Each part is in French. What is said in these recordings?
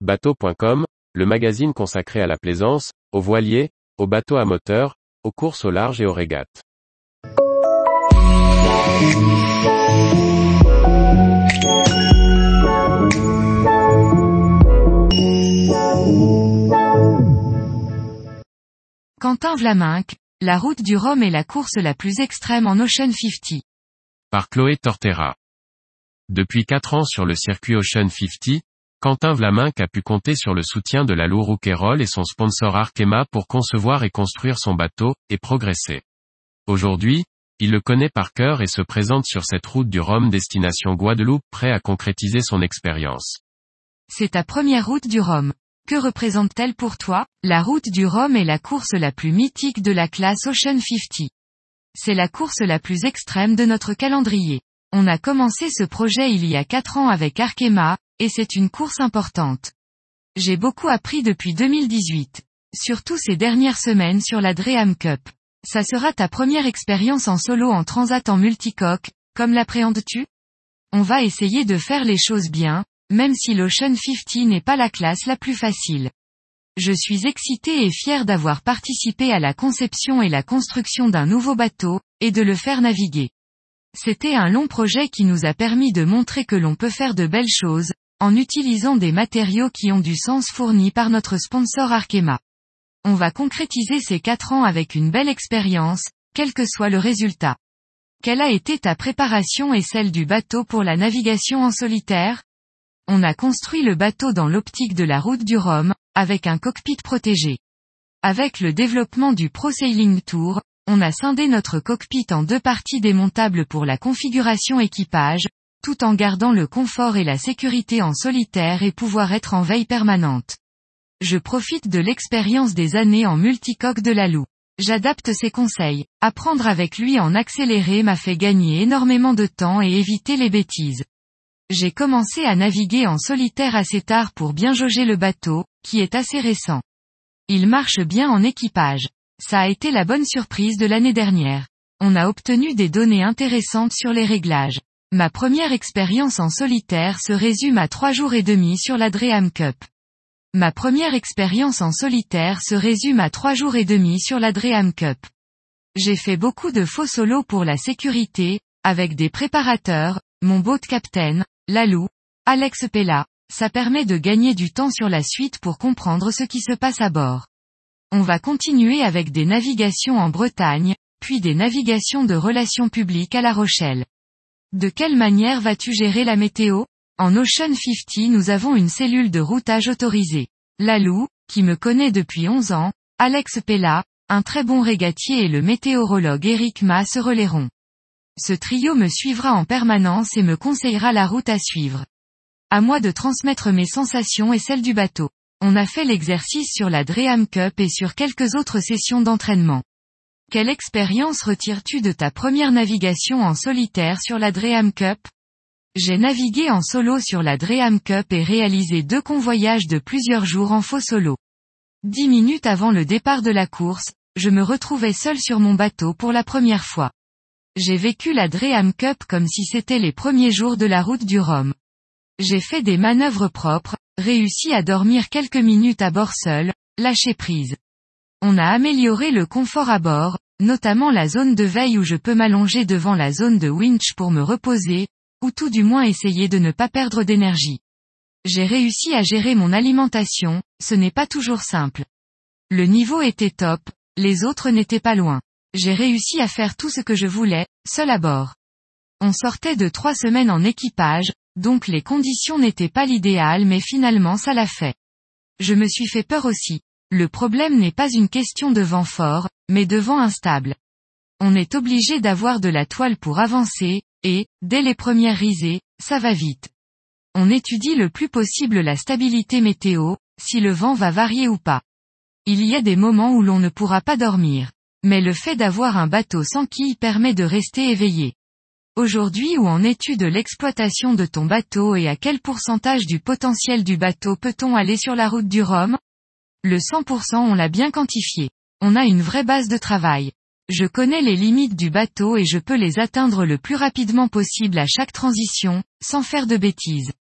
Bateau.com, le magazine consacré à la plaisance, aux voiliers, aux bateaux à moteur, aux courses au large et aux régates. Quentin Vlaminck, la route du Rhum est la course la plus extrême en Ocean 50. Par Chloé Tortera. Depuis 4 ans sur le circuit Ocean 50, Quentin Vlaminck a pu compter sur le soutien de la Loue Rouquayrol et son sponsor Arkema pour concevoir et construire son bateau, et progresser. Aujourd'hui, il le connaît par cœur et se présente sur cette route du Rhum destination Guadeloupe prêt à concrétiser son expérience. C'est ta première route du Rhum. Que représente-t-elle pour toi? La route du Rhum est la course la plus mythique de la classe Ocean 50. C'est la course la plus extrême de notre calendrier. On a commencé ce projet il y a 4 ans avec Arkema, et c'est une course importante. J'ai beaucoup appris depuis 2018. Surtout ces dernières semaines sur la Dreham Cup. Ça sera ta première expérience en solo en transat en multicoque, comme l'appréhendes-tu? On va essayer de faire les choses bien, même si l'Ocean 50 n'est pas la classe la plus facile. Je suis excité et fier d'avoir participé à la conception et la construction d'un nouveau bateau, et de le faire naviguer. C'était un long projet qui nous a permis de montrer que l'on peut faire de belles choses, en utilisant des matériaux qui ont du sens fournis par notre sponsor Arkema. On va concrétiser ces 4 ans avec une belle expérience, quel que soit le résultat. Quelle a été ta préparation et celle du bateau pour la navigation en solitaire? On a construit le bateau dans l'optique de la route du Rhum, avec un cockpit protégé. Avec le développement du Pro Sailing Tour, on a scindé notre cockpit en 2 parties démontables pour la configuration équipage, tout en gardant le confort et la sécurité en solitaire et pouvoir être en veille permanente. Je profite de l'expérience des années en multicoque de la Loue. J'adapte ses conseils. Apprendre avec lui en accéléré m'a fait gagner énormément de temps et éviter les bêtises. J'ai commencé à naviguer en solitaire assez tard pour bien jauger le bateau, qui est assez récent. Il marche bien en équipage. Ça a été la bonne surprise de l'année dernière. On a obtenu des données intéressantes sur les réglages. Ma première expérience en solitaire se résume à 3 jours et demi sur la Dreham Cup. Ma première expérience en solitaire se résume à 3 jours et demi sur la Dreham Cup. J'ai fait beaucoup de faux solos pour la sécurité, avec des préparateurs, mon boat captain, la Loue, Alex Pella. Ça permet de gagner du temps sur la suite pour comprendre ce qui se passe à bord. On va continuer avec des navigations en Bretagne, puis des navigations de relations publiques à La Rochelle. De quelle manière vas-tu gérer la météo? En Ocean 50 nous avons une cellule de routage autorisée. La Loue, qui me connaît depuis 11 ans, Alex Pella, un très bon régatier et le météorologue Eric Ma se relayeront. Ce trio me suivra en permanence et me conseillera la route à suivre. À moi de transmettre mes sensations et celles du bateau. On a fait l'exercice sur la Dreham Cup et sur quelques autres sessions d'entraînement. Quelle expérience retires-tu de ta première navigation en solitaire sur la Dreham Cup? J'ai navigué en solo sur la Dreham Cup et réalisé 2 convoyages de plusieurs jours en faux solo. 10 minutes avant le départ de la course, je me retrouvais seul sur mon bateau pour la première fois. J'ai vécu la Dreham Cup comme si c'était les premiers jours de la route du Rhum. J'ai fait des manœuvres propres, réussi à dormir quelques minutes à bord seul, lâché prise. On a amélioré le confort à bord, notamment la zone de veille où je peux m'allonger devant la zone de winch pour me reposer, ou tout du moins essayer de ne pas perdre d'énergie. J'ai réussi à gérer mon alimentation, ce n'est pas toujours simple. Le niveau était top, les autres n'étaient pas loin. J'ai réussi à faire tout ce que je voulais, seul à bord. On sortait de 3 semaines en équipage, donc les conditions n'étaient pas l'idéal mais finalement ça l'a fait. Je me suis fait peur aussi. Le problème n'est pas une question de vent fort, mais de vent instable. On est obligé d'avoir de la toile pour avancer, et, dès les premières risées, ça va vite. On étudie le plus possible la stabilité météo, si le vent va varier ou pas. Il y a des moments où l'on ne pourra pas dormir. Mais le fait d'avoir un bateau sans quille permet de rester éveillé. Aujourd'hui, où en es-tu de l'exploitation de ton bateau et à quel pourcentage du potentiel du bateau peut-on aller sur la route du Rhum? Le 100% on l'a bien quantifié. On a une vraie base de travail. Je connais les limites du bateau et je peux les atteindre le plus rapidement possible à chaque transition, sans faire de bêtises.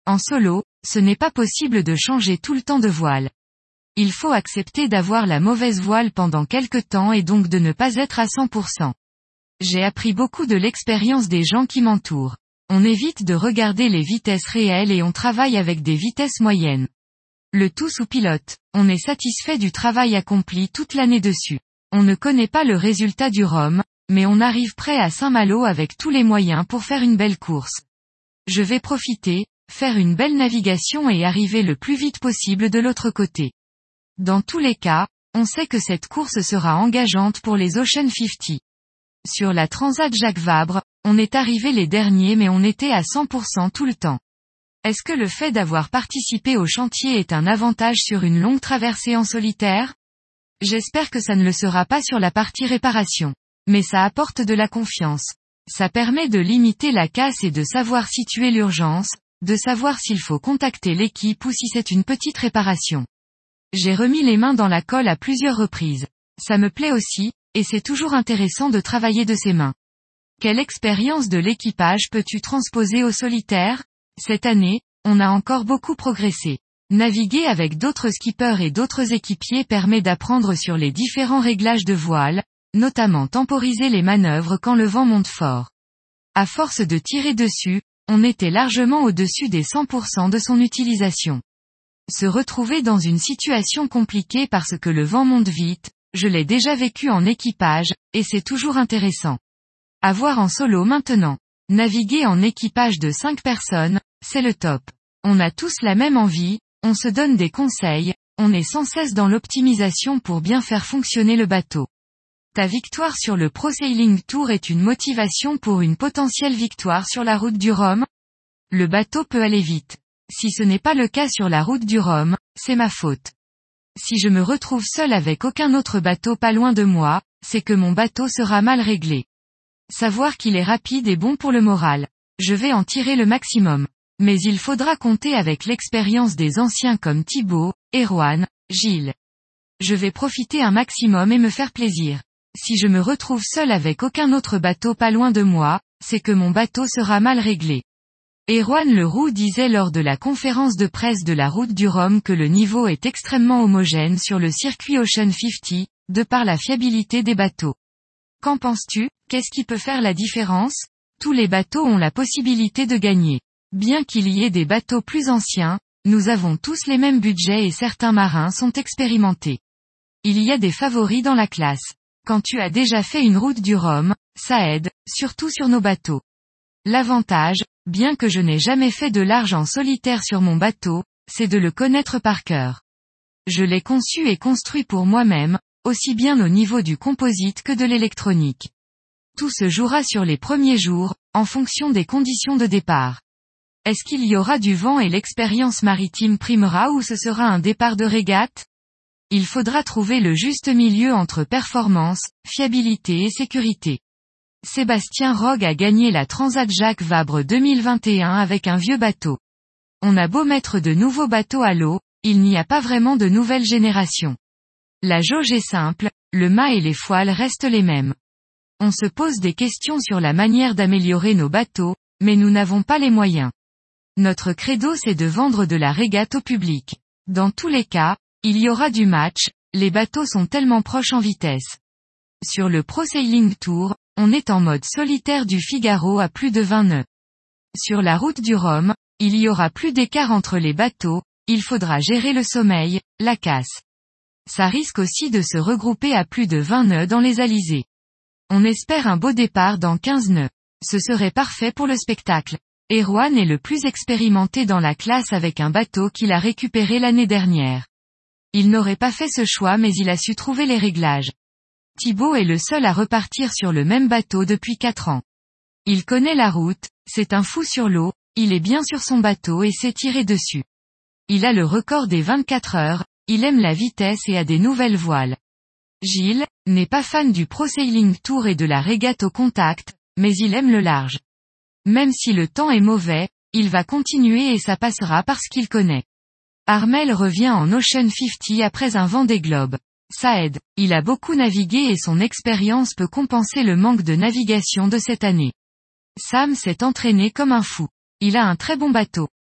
En solo, ce n'est pas possible de changer tout le temps de voile. Il faut accepter d'avoir la mauvaise voile pendant quelque temps et donc de ne pas être à 100%. J'ai appris beaucoup de l'expérience des gens qui m'entourent. On évite de regarder les vitesses réelles et on travaille avec des vitesses moyennes. Le tout sous pilote. On est satisfait du travail accompli toute l'année dessus. On ne connaît pas le résultat du rhum, mais on arrive prêt à Saint-Malo avec tous les moyens pour faire une belle course. Je vais profiter, faire une belle navigation et arriver le plus vite possible de l'autre côté. Dans tous les cas, on sait que cette course sera engageante pour les Ocean 50. Sur la Transat Jacques Vabre, on est arrivé les derniers mais on était à 100% tout le temps. Est-ce que le fait d'avoir participé au chantier est un avantage sur une longue traversée en solitaire? J'espère que ça ne le sera pas sur la partie réparation. Mais ça apporte de la confiance. Ça permet de limiter la casse et de savoir situer l'urgence, de savoir s'il faut contacter l'équipe ou si c'est une petite réparation. J'ai remis les mains dans la colle à plusieurs reprises. Ça me plaît aussi, et c'est toujours intéressant de travailler de ses mains. Quelle expérience de l'équipage peux-tu transposer au solitaire? Cette année, on a encore beaucoup progressé. Naviguer avec d'autres skippers et d'autres équipiers permet d'apprendre sur les différents réglages de voile, notamment temporiser les manœuvres quand le vent monte fort. À force de tirer dessus, on était largement au-dessus des 100% de son utilisation. Se retrouver dans une situation compliquée parce que le vent monte vite, je l'ai déjà vécu en équipage, et c'est toujours intéressant. À voir en solo maintenant. Naviguer en équipage de 5 personnes, c'est le top. On a tous la même envie, on se donne des conseils, on est sans cesse dans l'optimisation pour bien faire fonctionner le bateau. Ta victoire sur le Pro Sailing Tour est une motivation pour une potentielle victoire sur la route du Rhum? Le bateau peut aller vite. Si ce n'est pas le cas sur la route du Rhum, c'est ma faute. Si je me retrouve seul avec aucun autre bateau pas loin de moi, c'est que mon bateau sera mal réglé. Savoir qu'il est rapide est bon pour le moral. Je vais en tirer le maximum. Mais il faudra compter avec l'expérience des anciens comme Thibaut, Erwan, Gilles. Je vais profiter un maximum et me faire plaisir. Si je me retrouve seul avec aucun autre bateau pas loin de moi, c'est que mon bateau sera mal réglé. Erwan Leroux disait lors de la conférence de presse de la route du Rhum que le niveau est extrêmement homogène sur le circuit Ocean 50, de par la fiabilité des bateaux. Qu'en penses-tu? Qu'est-ce qui peut faire la différence? Tous les bateaux ont la possibilité de gagner. Bien qu'il y ait des bateaux plus anciens, nous avons tous les mêmes budgets et certains marins sont expérimentés. Il y a des favoris dans la classe. Quand tu as déjà fait une route du Rhum, ça aide, surtout sur nos bateaux. L'avantage, bien que je n'ai jamais fait de large en solitaire sur mon bateau, c'est de le connaître par cœur. Je l'ai conçu et construit pour moi-même, aussi bien au niveau du composite que de l'électronique. Tout se jouera sur les premiers jours, en fonction des conditions de départ. Est-ce qu'il y aura du vent et l'expérience maritime primera ou ce sera un départ de régate? Il faudra trouver le juste milieu entre performance, fiabilité et sécurité. Sébastien Rogue a gagné la Transat Jacques Vabre 2021 avec un vieux bateau. On a beau mettre de nouveaux bateaux à l'eau, il n'y a pas vraiment de nouvelle génération. La jauge est simple, le mât et les foiles restent les mêmes. On se pose des questions sur la manière d'améliorer nos bateaux, mais nous n'avons pas les moyens. Notre credo c'est de vendre de la régate au public. Dans tous les cas, il y aura du match, les bateaux sont tellement proches en vitesse. Sur le Pro Sailing Tour, on est en mode solitaire du Figaro à plus de 20 nœuds. Sur la route du Rhum, il y aura plus d'écart entre les bateaux, il faudra gérer le sommeil, la casse. Ça risque aussi de se regrouper à plus de 20 nœuds dans les alizés. On espère un beau départ dans 15 nœuds. Ce serait parfait pour le spectacle. Erwan est le plus expérimenté dans la classe avec un bateau qu'il a récupéré l'année dernière. Il n'aurait pas fait ce choix mais il a su trouver les réglages. Thibaut est le seul à repartir sur le même bateau depuis 4 ans. Il connaît la route, c'est un fou sur l'eau, il est bien sur son bateau et sait tirer dessus. Il a le record des 24 heures, il aime la vitesse et a des nouvelles voiles. Gilles, n'est pas fan du Pro Sailing Tour et de la régate au contact, mais il aime le large. Même si le temps est mauvais, il va continuer et ça passera parce qu'il connaît. Armel revient en Ocean 50 après un Vendée Globe. Ça aide, il a beaucoup navigué et son expérience peut compenser le manque de navigation de cette année. Sam s'est entraîné comme un fou. Il a un très bon bateau.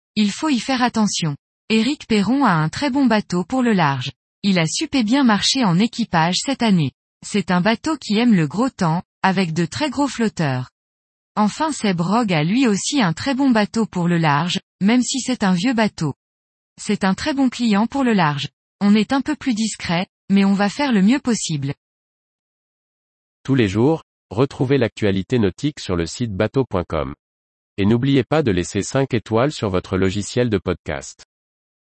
Il faut y faire attention. Éric Perron a un très bon bateau pour le large. Il a super bien marché en équipage cette année. C'est un bateau qui aime le gros temps, avec de très gros flotteurs. Enfin Seb Rogue a lui aussi un très bon bateau pour le large, même si c'est un vieux bateau. C'est un très bon client pour le large. On est un peu plus discret, mais on va faire le mieux possible. Tous les jours, retrouvez l'actualité nautique sur le site bateau.com. Et n'oubliez pas de laisser 5 étoiles sur votre logiciel de podcast.